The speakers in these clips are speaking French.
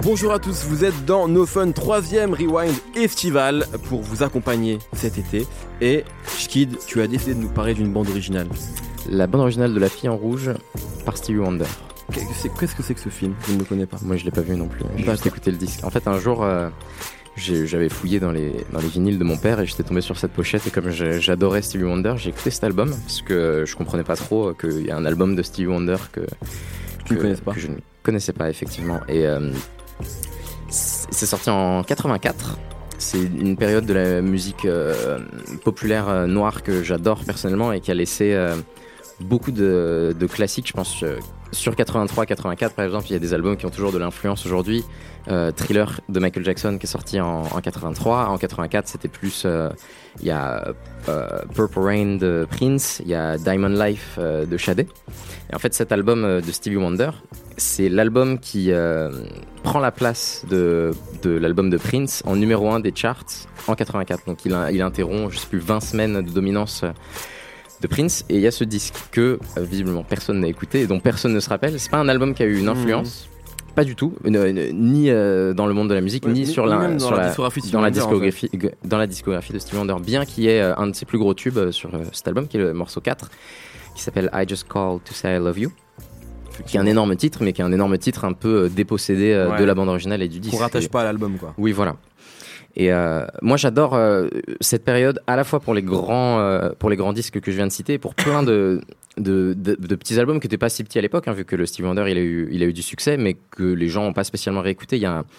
Bonjour à tous, vous êtes dans No Fun 3e Rewind estival pour vous accompagner cet été. Et Schkid, tu as décidé de nous parler d'une bande originale. La bande originale de La Fille en Rouge par Stevie Wonder. Qu'est-ce que c'est que ce film? Je ne le connais pas. Moi je l'ai pas vu non plus, j'ai juste écouté le disque. En fait un jour j'avais fouillé dans les vinyles de mon père et j'étais tombé sur cette pochette et comme j'adorais Stevie Wonder, j'ai écouté cet album parce que je comprenais pas trop qu'il y a un album de Stevie Wonder que je ne connaissais pas effectivement. Et c'est sorti en 84. C'est une période de la musique populaire noire que j'adore personnellement et qui a laissé beaucoup de classiques, je pense. Sur 83-84 par exemple, il y a des albums qui ont toujours de l'influence aujourd'hui. Thriller de Michael Jackson qui est sorti en 83. En 84 c'était plus il y a Purple Rain de Prince, il y a Diamond Life de Sade. Et en fait cet album de Stevie Wonder, c'est l'album qui prend la place de l'album de Prince en numéro 1 des charts en 84. Donc il interrompt, je sais plus, 20 semaines de dominance de Prince. Et il y a ce disque que visiblement personne n'a écouté et dont personne ne se rappelle. C'est pas un album qui a eu une influence, pas du tout, ni dans le monde de la musique, ni sur la discographie de Stevie Wonder, bien qu'il y ait un de ses plus gros tubes sur cet album, qui est le morceau 4, qui s'appelle I Just Called to Say I Love You, qui est un énorme titre, mais qui est un énorme titre un peu dépossédé de la bande originale et du disque. Qu'on rattache pas à l'album, quoi. Oui, voilà. Et moi j'adore cette période à la fois pour les grands disques que je viens de citer et pour plein de petits albums qui n'étaient pas si petits à l'époque, hein, vu que le Stevie Wonder il a eu du succès mais que les gens n'ont pas spécialement réécouté. Il y a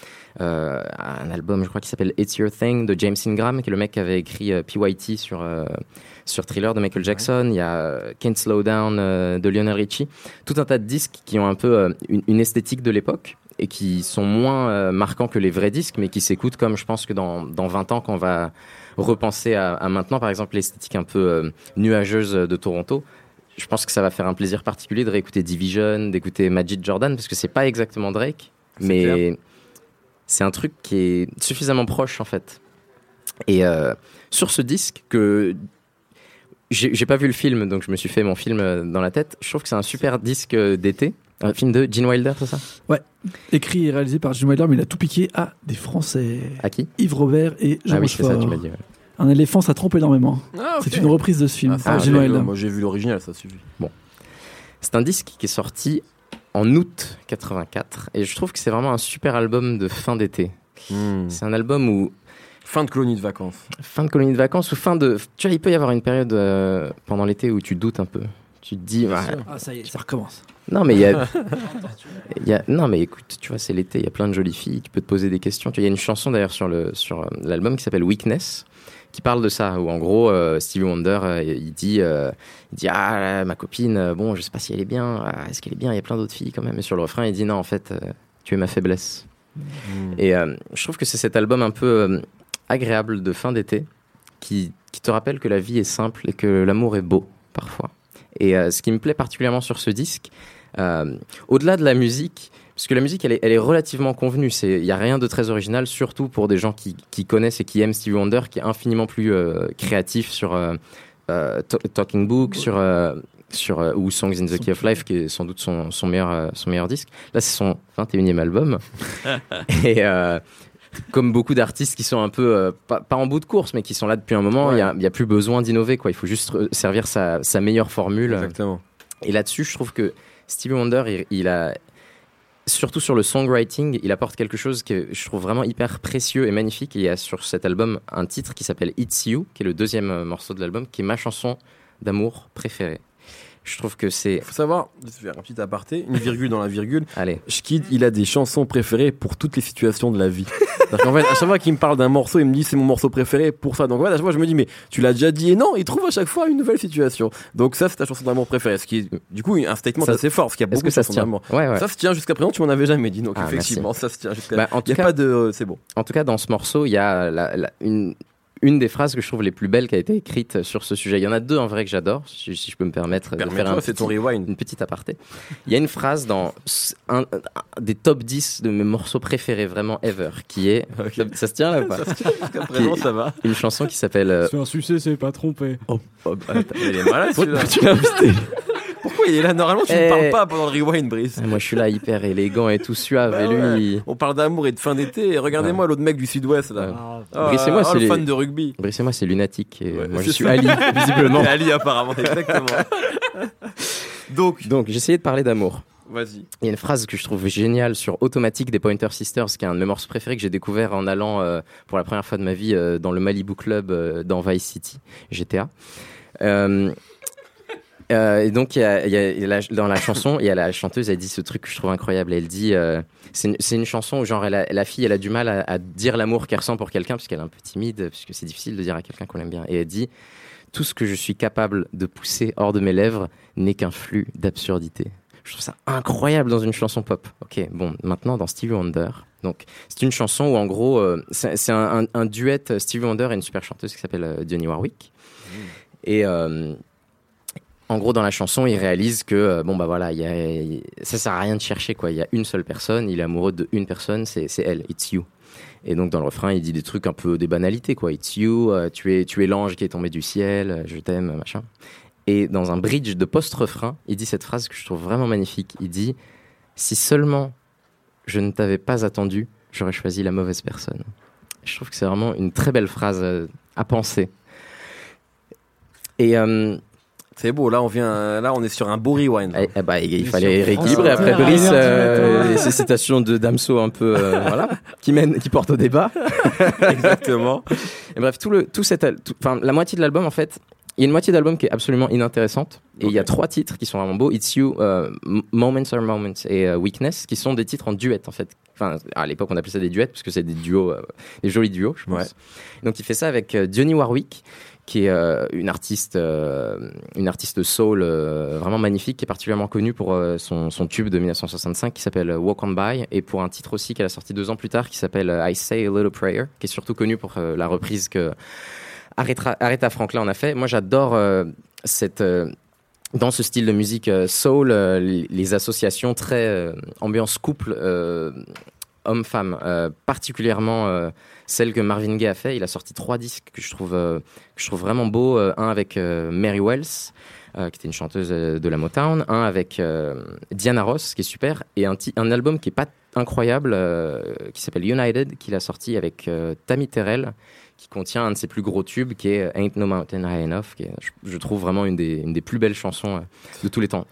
un album je crois qui s'appelle It's Your Thing de James Ingram, qui est le mec qui avait écrit PYT sur Thriller de Michael Jackson. Il y a Can't Slow Down de Lionel Richie, tout un tas de disques qui ont un peu une esthétique de l'époque et qui sont moins marquants que les vrais disques, mais qui s'écoutent comme, je pense que dans 20 ans, quand on va repenser à maintenant, par exemple, l'esthétique un peu nuageuse de Toronto, je pense que ça va faire un plaisir particulier de réécouter Division, d'écouter Majid Jordan, parce que c'est pas exactement Drake, mais c'est un truc qui est suffisamment proche, en fait. Et sur ce disque, que j'ai pas vu le film, donc je me suis fait mon film dans la tête, je trouve que c'est un super disque d'été. Un film de Gene Wilder, c'est ça? Ouais, écrit et réalisé par Gene Wilder, mais il a tout piqué à des Français. À qui? Yves Robert et Jean Rochefort. Ah oui, c'est ça, tu m'as dit. Ouais. Un éléphant, ça trompe énormément. Ah, okay. C'est une reprise de ce film par Gene Wilder. Moi, j'ai vu l'original, ça suffit. Bon. C'est un disque qui est sorti en août 84, et je trouve que c'est vraiment un super album de fin d'été. C'est un album où... Fin de colonie de vacances. Fin de colonie de vacances, ou fin de... Tu vois, il peut y avoir une période pendant l'été où tu doutes un peu. Tu te dis... ça y est, ça recommence. Non mais non mais écoute, tu vois, c'est l'été, il y a plein de jolies filles, tu peux te poser des questions. Il y a une chanson d'ailleurs sur l'album qui s'appelle Weakness, qui parle de ça, où en gros Stevie Wonder il dit ah ma copine, bon je sais pas si elle est bien, est-ce qu'elle est bien, il y a plein d'autres filles quand même. Et sur le refrain il dit non en fait tu es ma faiblesse. Et je trouve que c'est cet album un peu agréable de fin d'été qui te rappelle que la vie est simple et que l'amour est beau parfois. Et ce qui me plaît particulièrement sur ce disque, au-delà de la musique, parce que la musique elle est relativement convenue, il n'y a rien de très original, surtout pour des gens qui connaissent et qui aiment Stevie Wonder, qui est infiniment plus créatif sur Talking Book, ou Songs in the Key of Life, qui est sans doute son meilleur disque. Là c'est son 21e album. Et comme beaucoup d'artistes qui sont un peu pas en bout de course mais qui sont là depuis un moment, il y a plus besoin d'innover, quoi. Il faut juste servir sa meilleure formule. Exactement. Et là-dessus je trouve que Stevie Wonder il a, surtout sur le songwriting, il apporte quelque chose que je trouve vraiment hyper précieux et magnifique. Et il y a sur cet album un titre qui s'appelle It's You, qui est le deuxième morceau de l'album, qui est ma chanson d'amour préférée. Je trouve que c'est... Faut savoir, je vais faire un petit aparté, une virgule dans la virgule. Allez. Schkid, il a des chansons préférées pour toutes les situations de la vie. Parce qu'en fait, à chaque fois qu'il me parle d'un morceau, il me dit c'est mon morceau préféré pour ça. Donc en fait, à chaque fois, je me dis mais tu l'as déjà dit, et non, il trouve à chaque fois une nouvelle situation. Donc ça, c'est ta chanson d'amour préférée. Ce qui est du coup un statement assez fort, parce qu'il y a beaucoup de chansons d'amour. Ouais. Ça se tient jusqu'à présent, tu m'en avais jamais dit. Donc effectivement, merci. Ça se tient jusqu'à... En tout cas, pas de... c'est bon. En tout cas, dans ce morceau, il y a une des phrases que je trouve les plus belles qui a été écrite sur ce sujet. Il y en a deux en vrai que j'adore, si je peux me permettre de faire une petite aparté. Il y a une phrase dans un des top 10 de mes morceaux préférés vraiment ever, qui est... Okay. Ça se tient là ou pas? Ça se tient, jusqu'à présent ça va. Une chanson qui s'appelle... C'est un succès, c'est pas trompé. Elle est malade, tu l'as invité. Pourquoi il est là? Normalement, tu ne parles pas pendant le rewind, Brice. Moi, je suis là hyper élégant et tout suave. Bah et lui, on parle d'amour et de fin d'été. Et regardez-moi l'autre mec du sud-ouest là. Brice et moi, c'est le fan de rugby. Brice et moi, c'est lunatique. Et moi, je c'est suis ça. Ali, visiblement. Ali, apparemment, exactement. Donc, j'ai essayé de parler d'amour. vas-y. Il y a une phrase que je trouve géniale sur Automatic des Pointer Sisters, qui est un de mes morceaux préférés que j'ai découvert en allant pour la première fois de ma vie dans le Malibu Club dans Vice City, GTA. Et donc, dans la chanson, il y a la chanteuse, elle dit ce truc que je trouve incroyable. Elle dit, c'est une chanson où genre la fille, elle a du mal à dire l'amour qu'elle ressent pour quelqu'un, puisqu'elle est un peu timide, puisque c'est difficile de dire à quelqu'un qu'on aime bien. Et elle dit, tout ce que je suis capable de pousser hors de mes lèvres n'est qu'un flux d'absurdité. Je trouve ça incroyable dans une chanson pop. Ok, bon, maintenant dans Stevie Wonder. Donc, c'est une chanson où en gros, c'est un duet Stevie Wonder et une super chanteuse qui s'appelle Dionne Warwick. Et en gros, dans la chanson, il réalise que bon bah voilà, ça sert à rien de chercher quoi. Il y a une seule personne, il est amoureux d'une personne, c'est elle, it's you. Et donc dans le refrain, il dit des trucs un peu des banalités quoi. It's you, tu es l'ange qui est tombé du ciel, je t'aime, machin. Et dans un bridge de post-refrain, il dit cette phrase que je trouve vraiment magnifique. Il dit « Si seulement je ne t'avais pas attendu, j'aurais choisi la mauvaise personne. » Je trouve que c'est vraiment une très belle phrase à penser. Et c'est beau, là on est sur un beau rewind. Il fallait rééquilibrer après Brice, ces citations de Damso un peu voilà, qui portent au débat. Exactement. Et bref, la moitié de l'album en fait. Il y a une moitié d'album qui est absolument inintéressante. Et il y a 3 titres qui sont vraiment beaux. It's You, Moments Are Moments et Weakness, qui sont des titres en duet, en fait. Enfin, à l'époque, on appelait ça des duets, parce que c'est des duos, des jolis duos, je pense. Ouais. Donc, il fait ça avec Dionne Warwick, qui est une artiste soul vraiment magnifique, qui est particulièrement connue pour son tube de 1965, qui s'appelle Walk On By, et pour un titre aussi qu'elle a sorti 2 ans plus tard, qui s'appelle I Say a Little Prayer, qui est surtout connu pour la reprise que Aretha Franklin en a fait. Moi, j'adore dans ce style de musique soul, les associations très ambiance couple homme-femme, particulièrement celle que Marvin Gaye a fait. Il a sorti 3 disques que je trouve vraiment beaux. Un avec Mary Wells, qui était une chanteuse de la Motown, un avec Diana Ross, qui est super, et un album qui est pas incroyable, qui s'appelle United, qu'il a sorti avec Tammy Terrell, qui contient un de ses plus gros tubes, qui est Ain't No Mountain High Enough, qui est, je trouve vraiment une des plus belles chansons de tous les temps.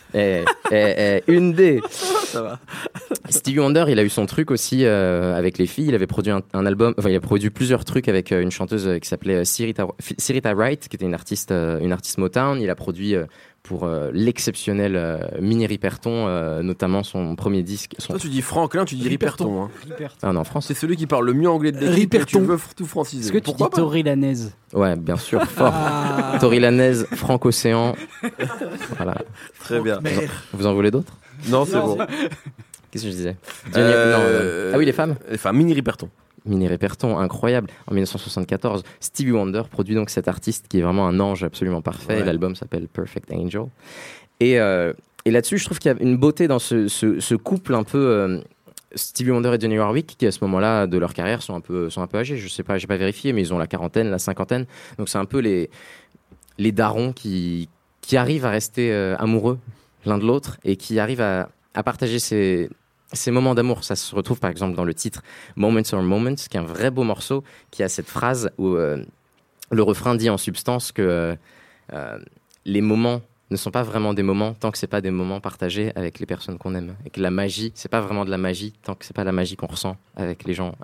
Une des... Ça va. Stevie Wonder, il a eu son truc aussi avec les filles. Il avait produit un album, enfin il a produit plusieurs trucs avec une chanteuse qui s'appelait Syreeta Wright, qui était une artiste Motown. Il a produit pour l'exceptionnel Minnie Riperton, notamment son premier disque. Toi, tu dis Franklin, tu dis Riperton. Hein. Ah non, France. C'est celui qui parle le mieux anglais de l'équipe. Riperton. Tu veux tout franciser. Est-ce que tu dis Tory Lanez? Ouais, bien sûr, fort. Tory Lanez, Franck-Océan. Voilà. Très bien. Vous en voulez d'autres? Non, c'est bon. Qu'est-ce que je disais? Ah oui, les femmes? Les femmes, Minnie Riperton. Minnie Riperton, incroyable. En 1974, Stevie Wonder produit donc cet artiste qui est vraiment un ange absolument parfait. Ouais. L'album s'appelle Perfect Angel. Et là-dessus, je trouve qu'il y a une beauté dans ce couple un peu... Stevie Wonder et Dionne Warwick, qui à ce moment-là de leur carrière sont un peu âgés. Je sais pas, j'ai pas vérifié, mais ils ont la quarantaine, la cinquantaine. Donc c'est un peu les darons qui arrivent à rester amoureux l'un de l'autre et qui arrivent à partager ces moments d'amour. Ça se retrouve par exemple dans le titre Moments Are Moments, qui est un vrai beau morceau, qui a cette phrase où le refrain dit en substance que les moments ne sont pas vraiment des moments tant que c'est pas des moments partagés avec les personnes qu'on aime, et que la magie, c'est pas vraiment de la magie tant que c'est pas la magie qu'on ressent avec les gens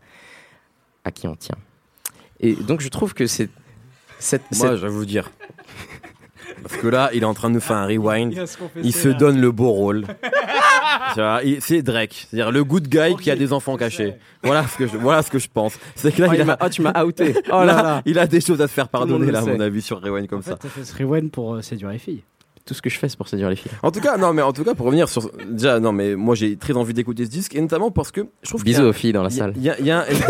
à qui on tient. Et donc je trouve que c'est moi, je vais vous dire. Parce que là, il est en train de nous faire un rewind. Il se donne le beau rôle. C'est Drake, c'est-à-dire le good guy qui a des enfants cachés. Voilà ce que je pense. C'est que là, tu m'as outé. Oh là, il a des choses à se faire pardonner là, à mon avis, sur rewind comme ça. T'as fait ce rewind pour séduire les filles. Tout ce que je fais, c'est pour séduire les filles. En tout cas, pour revenir sur déjà, non, mais moi j'ai très envie d'écouter ce disque, et notamment parce que je trouve bisous aux filles dans la salle. Il y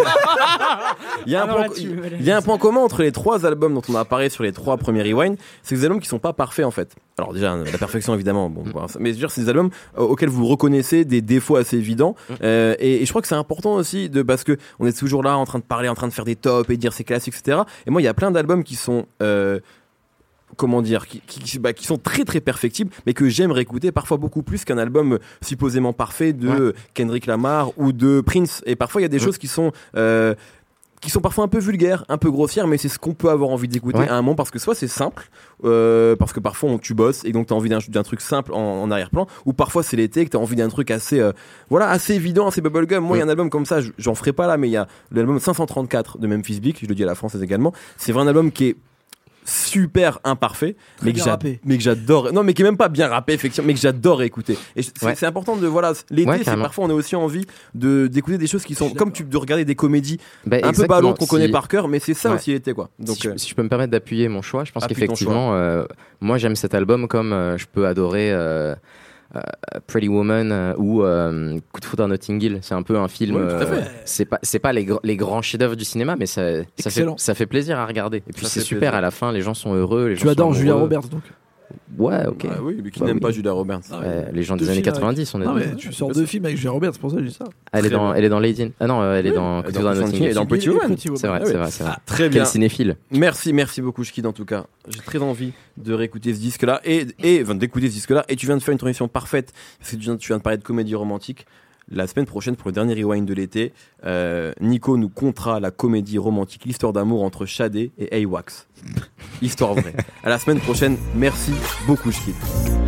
a un point commun entre les 3 albums dont on a parlé sur les 3 premiers rewind, c'est des albums qui sont pas parfaits en fait. Alors déjà la perfection évidemment, bon, mais je veux dire c'est des albums auxquels vous reconnaissez des défauts assez évidents, et je crois que c'est important aussi parce que on est toujours là en train de parler, en train de faire des tops et dire c'est classique, etc. Et moi il y a plein d'albums qui sont comment dire, qui sont très très perfectibles, mais que j'aime réécouter parfois beaucoup plus qu'un album supposément parfait de Kendrick Lamar ou de Prince. Et parfois il y a des choses qui sont parfois un peu vulgaires, un peu grossières, mais c'est ce qu'on peut avoir envie d'écouter à un moment, parce que soit c'est simple, parce que parfois tu bosses et donc t'as envie d'un truc simple en arrière-plan, ou parfois c'est l'été que t'as envie d'un truc assez évident, assez bubblegum. Moi il y a un album comme ça, j'en ferai pas là, mais il y a l'album 534 de Memphis Bleek, je le dis à la française également. C'est vraiment un album qui est super imparfait, mais que j'adore, non mais qui est même pas bien rappé effectivement, mais que j'adore écouter. Et c'est important de l'été, c'est parfois on a aussi envie d'écouter des choses qui sont comme de regarder des comédies un peu ballons qu'on connaît par cœur, mais c'est ça aussi l'été quoi. Donc si je peux me permettre d'appuyer mon choix, je pense qu'effectivement moi j'aime cet album comme je peux adorer Pretty Woman ou Coup de foudre à Notting Hill. C'est un peu un film. C'est pas les grands chefs-d'œuvre du cinéma, mais ça fait plaisir à regarder. Et puis c'est super. À la fin, les gens sont heureux. Tu adores Julia Roberts donc. Ouais, ok. Oui, mais qui n'aime pas Julia Roberts. Les gens des années 90, on est. Non, mais tu sors deux films avec Julia Roberts, c'est pour ça que je dis ça. Elle est dans Lady. Ah non, elle est dans Coup de foudre à Notting Hill. Et dans Pretty Woman. C'est vrai. Très bien. Quel cinéphile. Merci beaucoup Shkid en tout cas. J'ai très envie de réécouter ce disque-là et d'écouter ce disque-là. Et tu viens de faire une transition parfaite parce que tu viens de parler de comédie romantique. La semaine prochaine, pour le dernier rewind de l'été, Nico nous contera la comédie romantique, l'histoire d'amour entre Shadé et Aywax. Histoire vraie. À la semaine prochaine. Merci beaucoup Shkid.